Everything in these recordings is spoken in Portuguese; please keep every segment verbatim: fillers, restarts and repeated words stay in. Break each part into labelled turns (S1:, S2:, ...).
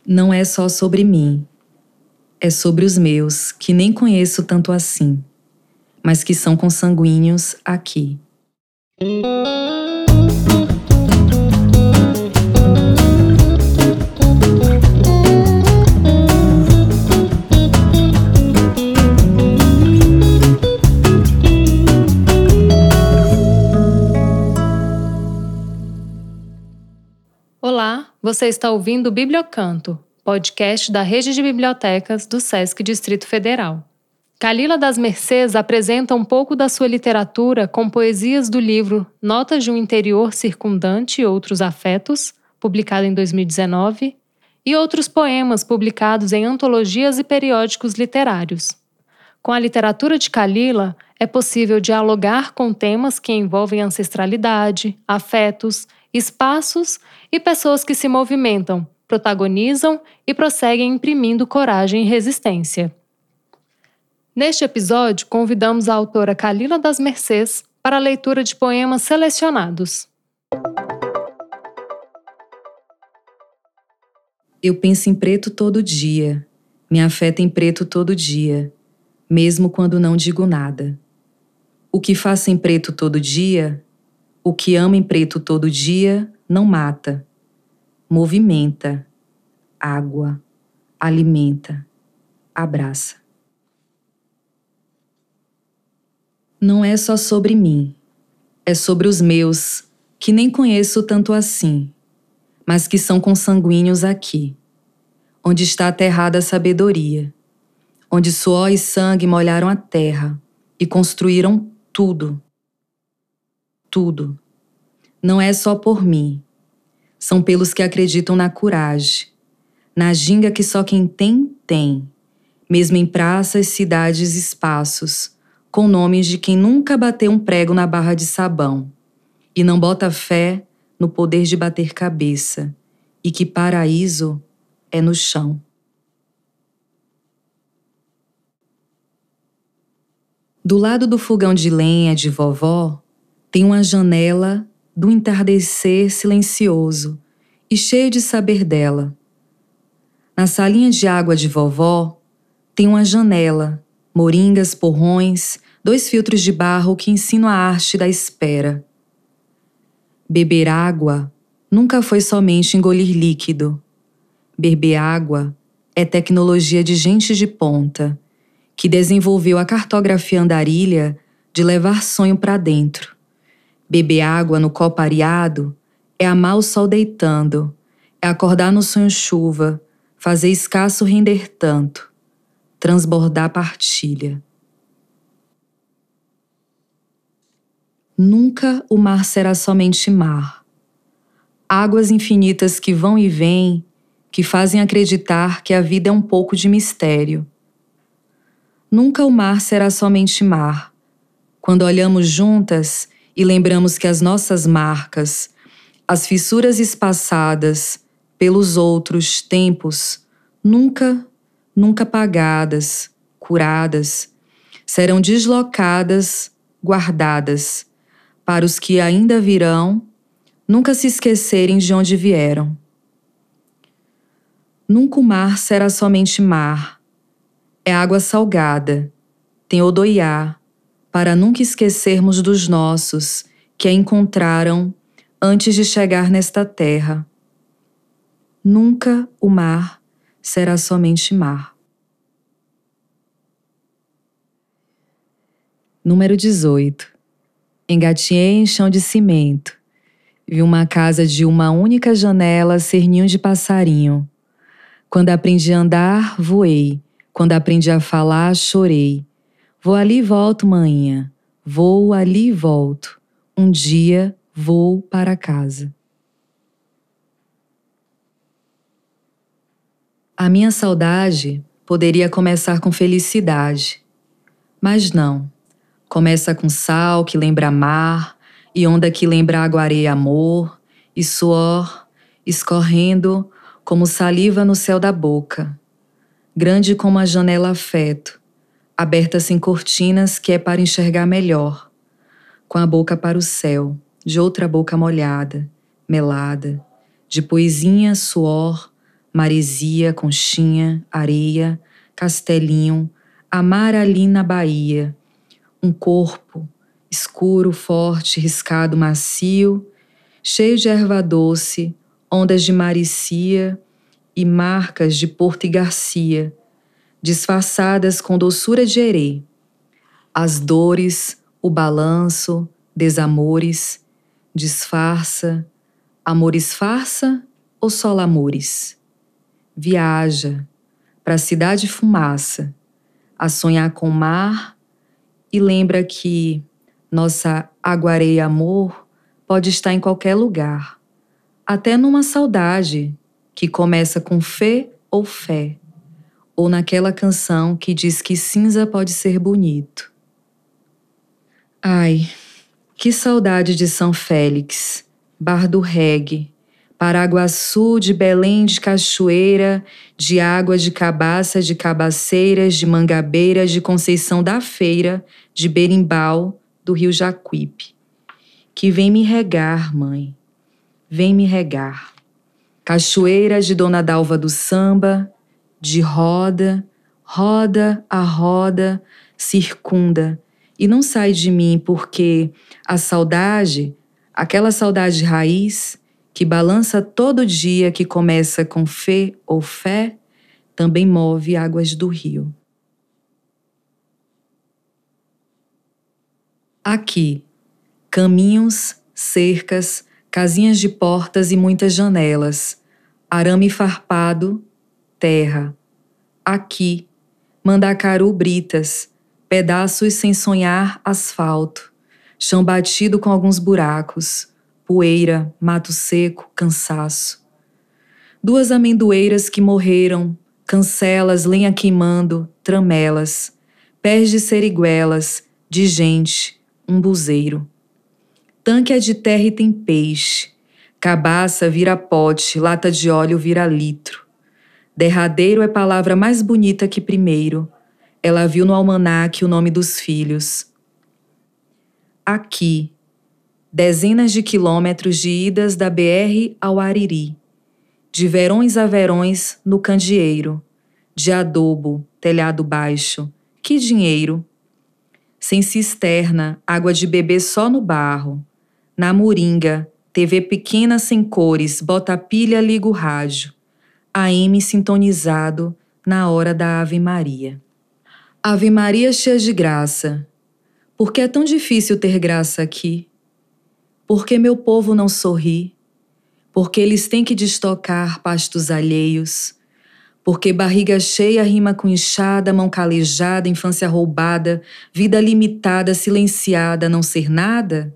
S1: Não é só sobre mim, é sobre os meus, que nem conheço tanto assim, mas que são consanguíneos aqui.
S2: Olá, você está ouvindo o Bibliocanto, podcast da Rede de Bibliotecas do Sesc Distrito Federal. Kalila das Mercês apresenta um pouco da sua literatura com poesias do livro Notas de um Interior Circundante e Outros Afetos, publicado em dois mil e dezenove, e outros poemas publicados em antologias e periódicos literários. Com a literatura de Kalila, é possível dialogar com temas que envolvem ancestralidade, afetos, espaços e pessoas que se movimentam, protagonizam e prosseguem imprimindo coragem e resistência. Neste episódio, convidamos a autora Kalila das Mercês para a leitura de poemas selecionados.
S1: Eu penso em preto todo dia, me afeta em preto todo dia, mesmo quando não digo nada. O que faço em preto todo dia, o que amo em preto todo dia, não mata, movimenta, água, alimenta, abraça. Não é só sobre mim, é sobre os meus, que nem conheço tanto assim, mas que são consanguíneos aqui, onde está aterrada a sabedoria, onde suor e sangue molharam a terra e construíram tudo. Tudo. Não é só por mim. São pelos que acreditam na coragem, na ginga que só quem tem, tem, mesmo em praças, cidades, espaços, com nomes de quem nunca bateu um prego na barra de sabão e não bota fé no poder de bater cabeça e que paraíso é no chão. Do lado do fogão de lenha de vovó, tem uma janela do entardecer silencioso e cheio de saber dela. Na salinha de água de vovó, tem uma janela, moringas, porrões, dois filtros de barro que ensinam a arte da espera. Beber água nunca foi somente engolir líquido. Beber água é tecnologia de gente de ponta, que desenvolveu a cartografia andarilha de levar sonho para dentro. Beber água no copo areado é amar o sol deitando, é acordar no sonho chuva, fazer escasso render tanto, transbordar partilha. Nunca o mar será somente mar. Águas infinitas que vão e vêm, que fazem acreditar que a vida é um pouco de mistério. Nunca o mar será somente mar. Quando olhamos juntas e lembramos que as nossas marcas, as fissuras espaçadas pelos outros tempos, nunca, nunca pagadas, curadas, serão deslocadas, guardadas, para os que ainda virão, nunca se esquecerem de onde vieram. Nunca o mar será somente mar. É água salgada, tem odoiá, para nunca esquecermos dos nossos que a encontraram antes de chegar nesta terra. Nunca o mar será somente mar. Número dezoito. Engatinhei em chão de cimento. Vi uma casa de uma única janela ser ninho de passarinho. Quando aprendi a andar, voei. Quando aprendi a falar, chorei. Vou ali e volto, manhã. Vou ali e volto. Um dia vou para casa. A minha saudade poderia começar com felicidade. Mas não. Começa com sal que lembra mar, e onda que lembra água, areia e amor, e suor escorrendo como saliva no céu da boca. Grande como a janela afeto, aberta sem cortinas que é para enxergar melhor, com a boca para o céu, de outra boca molhada, melada, de poesinha, suor, Maresia, Conchinha, Areia, Castelinho, amar ali na Bahia. Um corpo, escuro, forte, riscado, macio, cheio de erva doce, ondas de Maricia e marcas de Porto e Garcia, disfarçadas com doçura de herê. As dores, o balanço, desamores, disfarça, amores farsa ou só amores? Viaja pra cidade fumaça, a sonhar com mar e lembra que nossa aguareia amor pode estar em qualquer lugar, até numa saudade que começa com fé ou fé, ou naquela canção que diz que cinza pode ser bonito. Ai, que saudade de São Félix, Bar do Reggae, Paraguaçu, de Belém, de Cachoeira, de Água, de Cabaça, de Cabaceiras, de Mangabeira, de Conceição da Feira, de Berimbau, do Rio Jacuípe. Que vem me regar, mãe, vem me regar. Cachoeira de Dona Dalva do Samba, de roda, roda a roda, circunda, e não sai de mim porque a saudade, aquela saudade raiz, que balança todo dia, que começa com fé ou fé, também move águas do rio. Aqui, caminhos, cercas, casinhas de portas e muitas janelas, arame farpado, terra. Aqui, Mandacaru britas, pedaços sem sonhar, asfalto, chão batido com alguns buracos, poeira, mato seco, cansaço. Duas amendoeiras que morreram, cancelas, lenha queimando, tramelas, pés de seriguelas, de gente, um buzeiro. Tanque é de terra e tem peixe, cabaça vira pote, lata de óleo vira litro. Derradeiro é palavra mais bonita que primeiro. Ela viu no almanaque o nome dos filhos. Aqui, dezenas de quilômetros de idas da B R ao Ariri, de verões a verões no candeeiro, de adobo, telhado baixo, que dinheiro. Sem cisterna, água de beber só no barro. Na moringa, T V pequena sem cores, bota a pilha, liga o rádio. A M sintonizado na hora da Ave Maria. Ave Maria cheia de graça. Por que é tão difícil ter graça aqui? Por que meu povo não sorri? Porque eles têm que destocar pastos alheios? Porque barriga cheia rima com inchada, mão calejada, infância roubada, vida limitada, silenciada, não ser nada?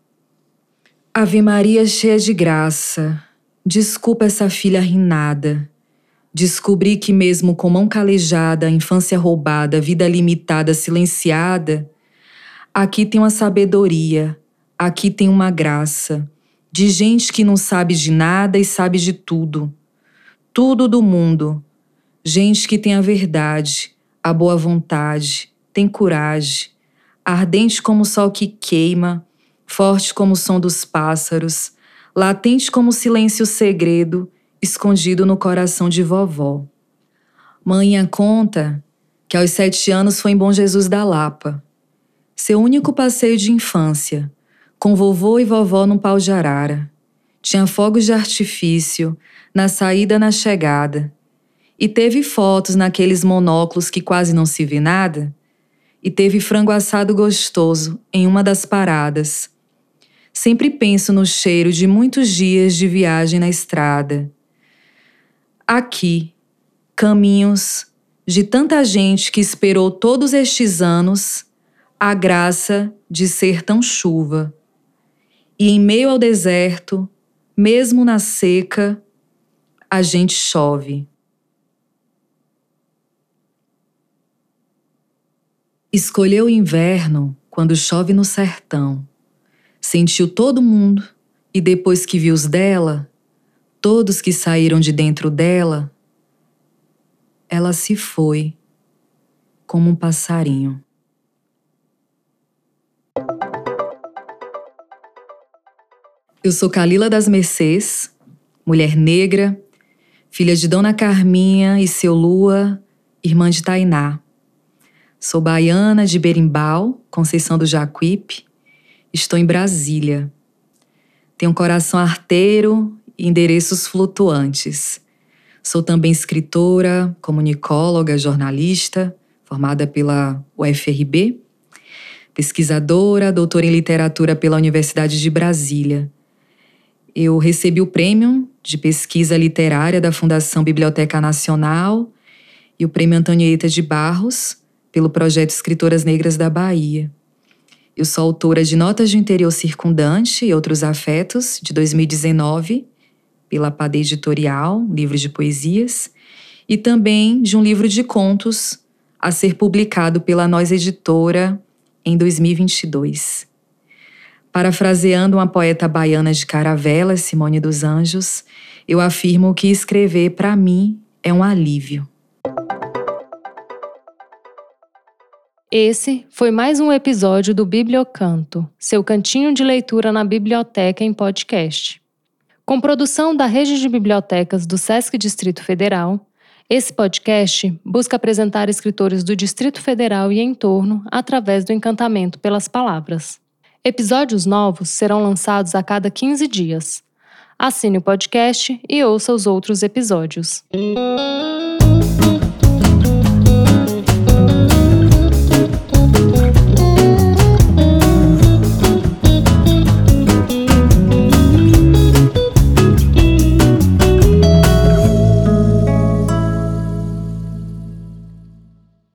S1: Ave Maria cheia de graça, desculpa essa filha rinada. Descobri que mesmo com mão calejada, infância roubada, vida limitada, silenciada, aqui tem uma sabedoria, aqui tem uma graça, de gente que não sabe de nada e sabe de tudo. Tudo do mundo. Gente que tem a verdade, a boa vontade, tem coragem, ardente como o sol que queima, forte como o som dos pássaros, latente como o silêncio segredo, escondido no coração de vovó. Mãinha conta que aos sete anos foi em Bom Jesus da Lapa. Seu único passeio de infância, com vovô e vovó num pau de arara. Tinha fogos de artifício, na saída, na chegada. E teve fotos naqueles monóculos que quase não se vê nada. E teve frango assado gostoso em uma das paradas. Sempre penso no cheiro de muitos dias de viagem na estrada. Aqui, caminhos de tanta gente que esperou todos estes anos a graça de ser tão chuva. E em meio ao deserto, mesmo na seca, a gente chove. Escolheu o inverno quando chove no sertão. Sentiu todo mundo e depois que viu os dela, todos que saíram de dentro dela, ela se foi como um passarinho. Eu sou Kalila das Mercês, mulher negra, filha de Dona Carminha e seu Lua, irmã de Tainá. Sou baiana de Berimbau, Conceição do Jacuípe. Estou em Brasília. Tenho um coração arteiro e endereços flutuantes. Sou também escritora, comunicóloga, jornalista, formada pela U F R B, pesquisadora, doutora em literatura pela Universidade de Brasília. Eu recebi o prêmio de pesquisa literária da Fundação Biblioteca Nacional e o prêmio Antonieta de Barros pelo projeto Escritoras Negras da Bahia. Eu sou autora de Notas de Interior Circundante e Outros Afetos, de dois mil e dezenove, pela Padê Editorial, um livro de poesias, e também de um livro de contos a ser publicado pela Nós Editora em dois mil e vinte e dois. Parafraseando uma poeta baiana de Caravela, Simone dos Anjos, eu afirmo que escrever, para mim, é um alívio.
S2: Esse foi mais um episódio do Bibliocanto, seu cantinho de leitura na biblioteca em podcast. Com produção da Rede de Bibliotecas do Sesc Distrito Federal, esse podcast busca apresentar escritores do Distrito Federal e entorno através do encantamento pelas palavras. Episódios novos serão lançados a cada quinze dias. Assine o podcast e ouça os outros episódios.